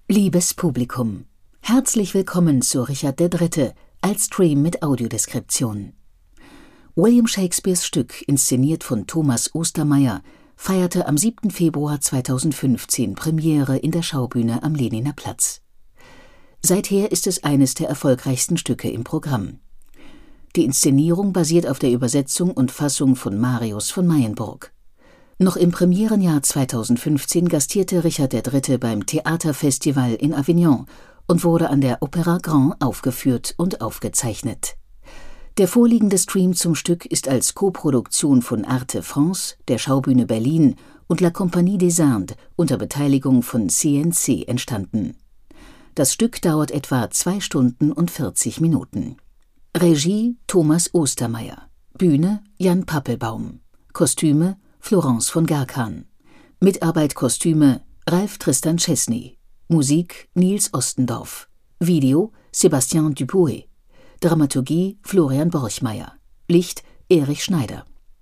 Liebes Publikum, herzlich willkommen zu Richard III. Als Stream mit Audiodeskription. William Shakespeares Stück, inszeniert von Thomas Ostermeier, feierte am 7. Februar 2015 Premiere in der Schaubühne am Lehniner Platz. Seither ist es eines der erfolgreichsten Stücke im Programm. Die Inszenierung basiert auf der Übersetzung und Fassung von Marius von Mayenburg. Noch im Premierenjahr 2015 gastierte Richard III. Beim Theaterfestival in Avignon und wurde an der Opéra Grand aufgeführt und aufgezeichnet. Der vorliegende Stream zum Stück ist als Koproduktion von Arte France, der Schaubühne Berlin und La Compagnie des Indes unter Beteiligung von CNC entstanden. Das Stück dauert etwa 2 Stunden und 40 Minuten. Regie Thomas Ostermeier, Bühne Jan Pappelbaum, Kostüme Florence von Garkan, Mitarbeit Kostüme Ralf Tristan Chesney, Musik Nils Ostendorf, Video Sébastien Dupouet, Dramaturgie Florian Borchmeier, Licht Erich Schneider.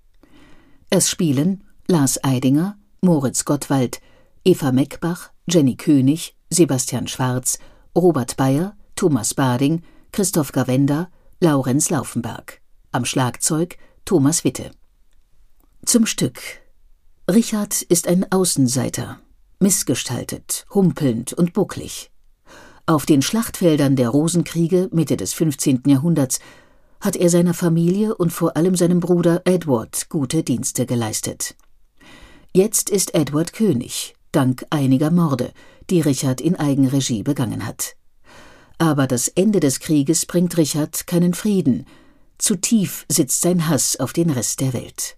Es spielen Lars Eidinger, Moritz Gottwald, Eva Meckbach, Jenny König, Sebastian Schwarz, Robert Bayer, Thomas Bading, Christoph Gawenda, Laurenz Laufenberg. Am Schlagzeug Thomas Witte. Zum Stück. Richard ist ein Außenseiter, missgestaltet, humpelnd und bucklig. Auf den Schlachtfeldern der Rosenkriege Mitte des 15. Jahrhunderts hat er seiner Familie und vor allem seinem Bruder Edward gute Dienste geleistet. Jetzt ist Edward König, dank einiger Morde, die Richard in Eigenregie begangen hat. Aber das Ende des Krieges bringt Richard keinen Frieden. Zu tief sitzt sein Hass auf den Rest der Welt.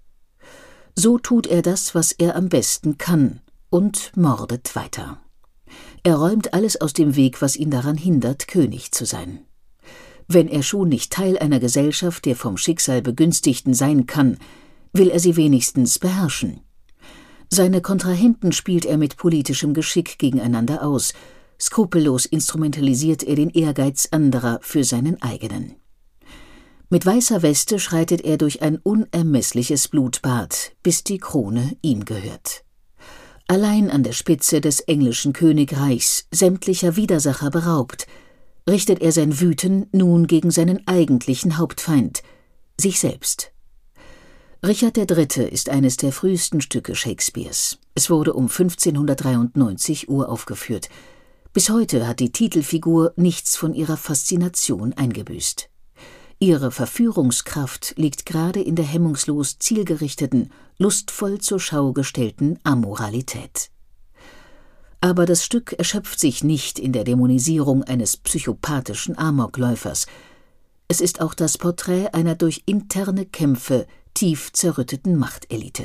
So tut er das, was er am besten kann, und mordet weiter. Er räumt alles aus dem Weg, was ihn daran hindert, König zu sein. Wenn er schon nicht Teil einer Gesellschaft der vom Schicksal Begünstigten sein kann, will er sie wenigstens beherrschen. Seine Kontrahenten spielt er mit politischem Geschick gegeneinander aus. Skrupellos instrumentalisiert er den Ehrgeiz anderer für seinen eigenen. Mit weißer Weste schreitet er durch ein unermessliches Blutbad, bis die Krone ihm gehört. Allein an der Spitze des englischen Königreichs, sämtlicher Widersacher beraubt, richtet er sein Wüten nun gegen seinen eigentlichen Hauptfeind, sich selbst. Richard III. Ist eines der frühesten Stücke Shakespeares. Es wurde um 1593 uraufgeführt. Bis heute hat die Titelfigur nichts von ihrer Faszination eingebüßt. Ihre Verführungskraft liegt gerade in der hemmungslos zielgerichteten, lustvoll zur Schau gestellten Amoralität. Aber das Stück erschöpft sich nicht in der Dämonisierung eines psychopathischen Amokläufers. Es ist auch das Porträt einer durch interne Kämpfe tief zerrütteten Machtelite.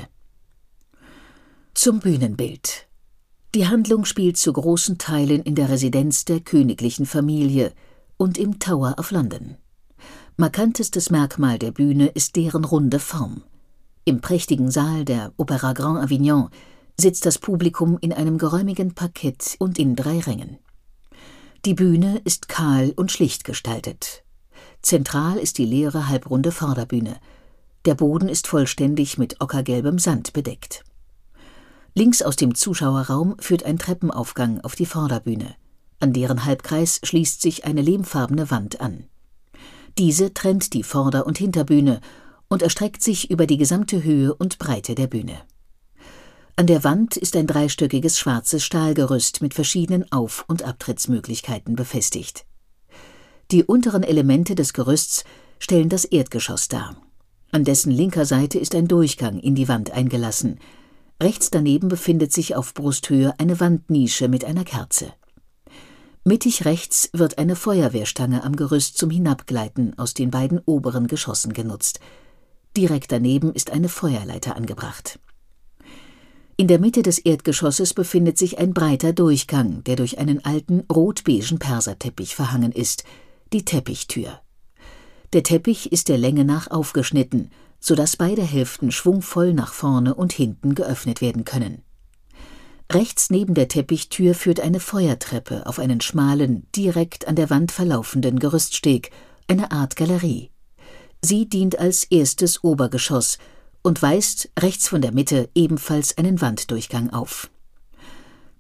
Zum Bühnenbild. Die Handlung spielt zu großen Teilen in der Residenz der königlichen Familie und im Tower of London. Markantestes Merkmal der Bühne ist deren runde Form. Im prächtigen Saal der Opéra Grand Avignon sitzt das Publikum in einem geräumigen Parkett und in 3 Rängen. Die Bühne ist kahl und schlicht gestaltet. Zentral ist die leere, halbrunde Vorderbühne. Der Boden ist vollständig mit ockergelbem Sand bedeckt. Links aus dem Zuschauerraum führt ein Treppenaufgang auf die Vorderbühne. An deren Halbkreis schließt sich eine lehmfarbene Wand an. Diese trennt die Vorder- und Hinterbühne und erstreckt sich über die gesamte Höhe und Breite der Bühne. An der Wand ist ein 3-stöckiges schwarzes Stahlgerüst mit verschiedenen Auf- und Abtrittsmöglichkeiten befestigt. Die unteren Elemente des Gerüsts stellen das Erdgeschoss dar. An dessen linker Seite ist ein Durchgang in die Wand eingelassen. Rechts daneben befindet sich auf Brusthöhe eine Wandnische mit einer Kerze. Mittig rechts wird eine Feuerwehrstange am Gerüst zum Hinabgleiten aus den beiden oberen Geschossen genutzt. Direkt daneben ist eine Feuerleiter angebracht. In der Mitte des Erdgeschosses befindet sich ein breiter Durchgang, der durch einen alten rot-beigen Perserteppich verhangen ist, die Teppichtür. Der Teppich ist der Länge nach aufgeschnitten, sodass beide Hälften schwungvoll nach vorne und hinten geöffnet werden können. Rechts neben der Teppichtür führt eine Feuertreppe auf einen schmalen, direkt an der Wand verlaufenden Gerüststeg, eine Art Galerie. Sie dient als erstes Obergeschoss und weist rechts von der Mitte ebenfalls einen Wanddurchgang auf.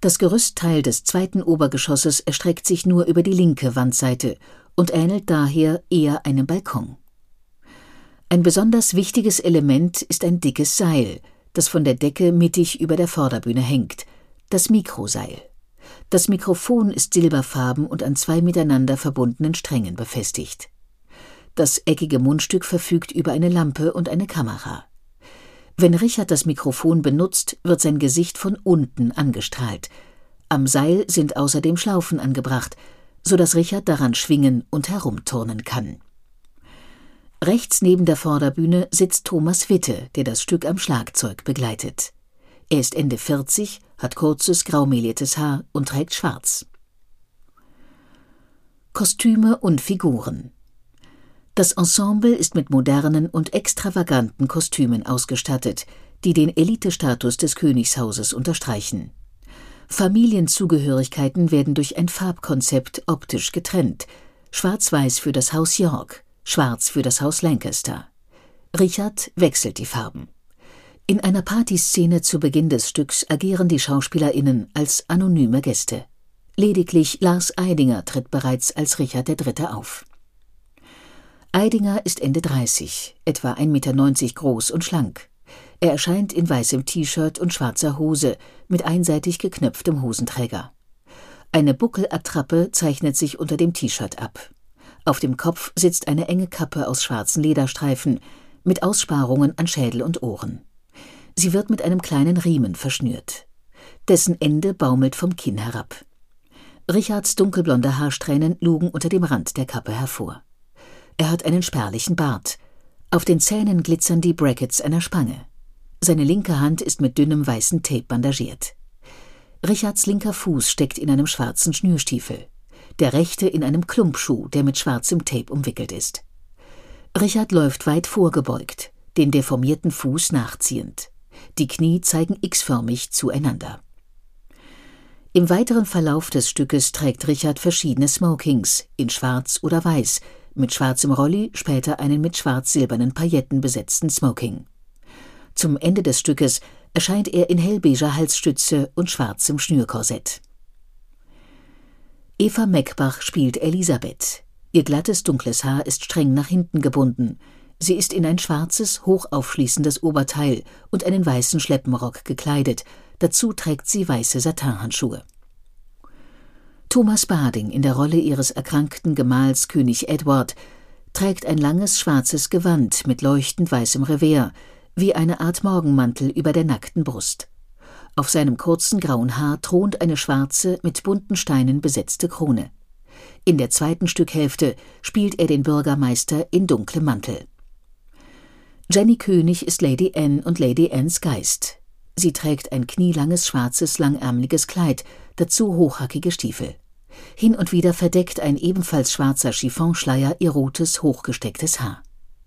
Das Gerüstteil des zweiten Obergeschosses erstreckt sich nur über die linke Wandseite und ähnelt daher eher einem Balkon. Ein besonders wichtiges Element ist ein dickes Seil, das von der Decke mittig über der Vorderbühne hängt, das Mikroseil. Das Mikrofon ist silberfarben und an 2 miteinander verbundenen Strängen befestigt. Das eckige Mundstück verfügt über eine Lampe und eine Kamera. Wenn Richard das Mikrofon benutzt, wird sein Gesicht von unten angestrahlt. Am Seil sind außerdem Schlaufen angebracht, sodass Richard daran schwingen und herumturnen kann. Rechts neben der Vorderbühne sitzt Thomas Witte, der das Stück am Schlagzeug begleitet. Er ist Ende 40, hat kurzes, graumeliertes Haar und trägt schwarz. Kostüme und Figuren. Das Ensemble ist mit modernen und extravaganten Kostümen ausgestattet, die den Elitestatus des Königshauses unterstreichen. Familienzugehörigkeiten werden durch ein Farbkonzept optisch getrennt: schwarz-weiß für das Haus York, schwarz für das Haus Lancaster. Richard wechselt die Farben. In einer Partyszene zu Beginn des Stücks agieren die SchauspielerInnen als anonyme Gäste. Lediglich Lars Eidinger tritt bereits als Richard III. Auf. Eidinger ist Ende 30, etwa 1,90 Meter groß und schlank. Er erscheint in weißem T-Shirt und schwarzer Hose mit einseitig geknöpftem Hosenträger. Eine Buckelattrappe zeichnet sich unter dem T-Shirt ab. Auf dem Kopf sitzt eine enge Kappe aus schwarzen Lederstreifen mit Aussparungen an Schädel und Ohren. Sie wird mit einem kleinen Riemen verschnürt. Dessen Ende baumelt vom Kinn herab. Richards dunkelblonde Haarsträhnen lugen unter dem Rand der Kappe hervor. Er hat einen spärlichen Bart. Auf den Zähnen glitzern die Brackets einer Spange. Seine linke Hand ist mit dünnem weißen Tape bandagiert. Richards linker Fuß steckt in einem schwarzen Schnürstiefel, der rechte in einem Klumpschuh, der mit schwarzem Tape umwickelt ist. Richard läuft weit vorgebeugt, den deformierten Fuß nachziehend. Die Knie zeigen x-förmig zueinander. Im weiteren Verlauf des Stückes trägt Richard verschiedene Smokings, in schwarz oder weiß, mit schwarzem Rolli, später einen mit schwarz-silbernen Pailletten besetzten Smoking. Zum Ende des Stückes erscheint er in hellbeiger Halsstütze und schwarzem Schnürkorsett. Eva Meckbach spielt Elisabeth. Ihr glattes, dunkles Haar ist streng nach hinten gebunden. Sie ist in ein schwarzes, hochaufschließendes Oberteil und einen weißen Schleppenrock gekleidet. Dazu trägt sie weiße Satinhandschuhe. Thomas Bading in der Rolle ihres erkrankten Gemahls König Edward trägt ein langes schwarzes Gewand mit leuchtend weißem Revers, wie eine Art Morgenmantel über der nackten Brust. Auf seinem kurzen grauen Haar thront eine schwarze, mit bunten Steinen besetzte Krone. In der zweiten Stückhälfte spielt er den Bürgermeister in dunklem Mantel. Jenny König ist Lady Anne und Lady Annes Geist. Sie trägt ein knielanges schwarzes, langärmeliges Kleid, dazu hochhackige Stiefel. Hin und wieder verdeckt ein ebenfalls schwarzer Chiffonschleier ihr rotes, hochgestecktes Haar.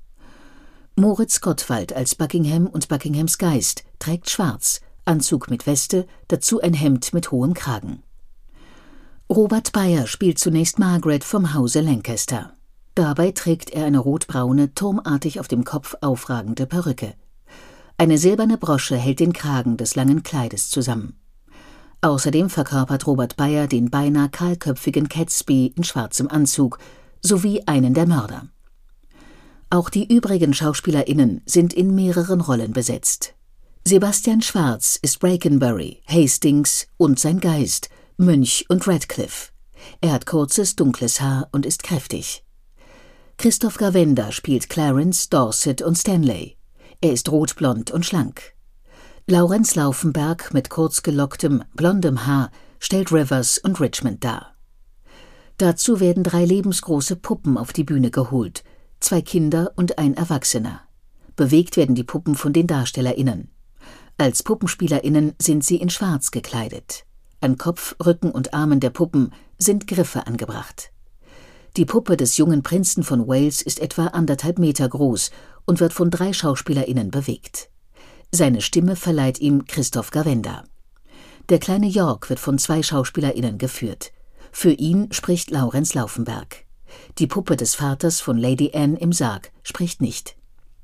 Moritz Gottwald als Buckingham und Buckinghams Geist trägt schwarz, Anzug mit Weste, dazu ein Hemd mit hohem Kragen. Robert Beyer spielt zunächst Margaret vom Hause Lancaster. Dabei trägt er eine rotbraune, turmartig auf dem Kopf aufragende Perücke. Eine silberne Brosche hält den Kragen des langen Kleides zusammen. Außerdem verkörpert Robert Beyer den beinahe kahlköpfigen Catesby in schwarzem Anzug sowie einen der Mörder. Auch die übrigen SchauspielerInnen sind in mehreren Rollen besetzt. Sebastian Schwarz ist Brakenbury, Hastings und sein Geist, Mönch und Radcliffe. Er hat kurzes, dunkles Haar und ist kräftig. Christoph Gravenda spielt Clarence, Dorset und Stanley. Er ist rotblond und schlank. Laurenz Laufenberg mit kurz gelocktem, blondem Haar stellt Rivers und Richmond dar. Dazu werden 3 lebensgroße Puppen auf die Bühne geholt, 2 Kinder und ein Erwachsener. Bewegt werden die Puppen von den DarstellerInnen. Als PuppenspielerInnen sind sie in schwarz gekleidet. An Kopf, Rücken und Armen der Puppen sind Griffe angebracht. Die Puppe des jungen Prinzen von Wales ist etwa 1,5 Meter groß und wird von 3 SchauspielerInnen bewegt. Seine Stimme verleiht ihm Christoph Gravenda. Der kleine York wird von 2 SchauspielerInnen geführt. Für ihn spricht Laurenz Laufenberg. Die Puppe des Vaters von Lady Anne im Sarg spricht nicht.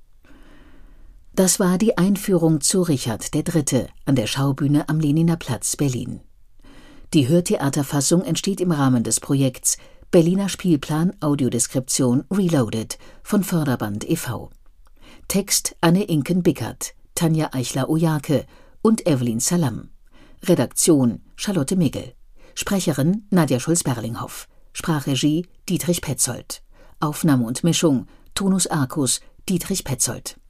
Das war die Einführung zu Richard III. An der Schaubühne am Lehniner Platz, Berlin. Die Hörtheaterfassung entsteht im Rahmen des Projekts Berliner Spielplan Audiodeskription Reloaded von Förderband e.V. Text Anne Inken-Bickert, Tanja Eichler-Ojake und Evelyn Salam. Redaktion Charlotte Migel. Sprecherin Nadja Schulz-Berlinghoff. Sprachregie Dietrich Petzold. Aufnahme und Mischung Tonus Arcus Dietrich Petzold.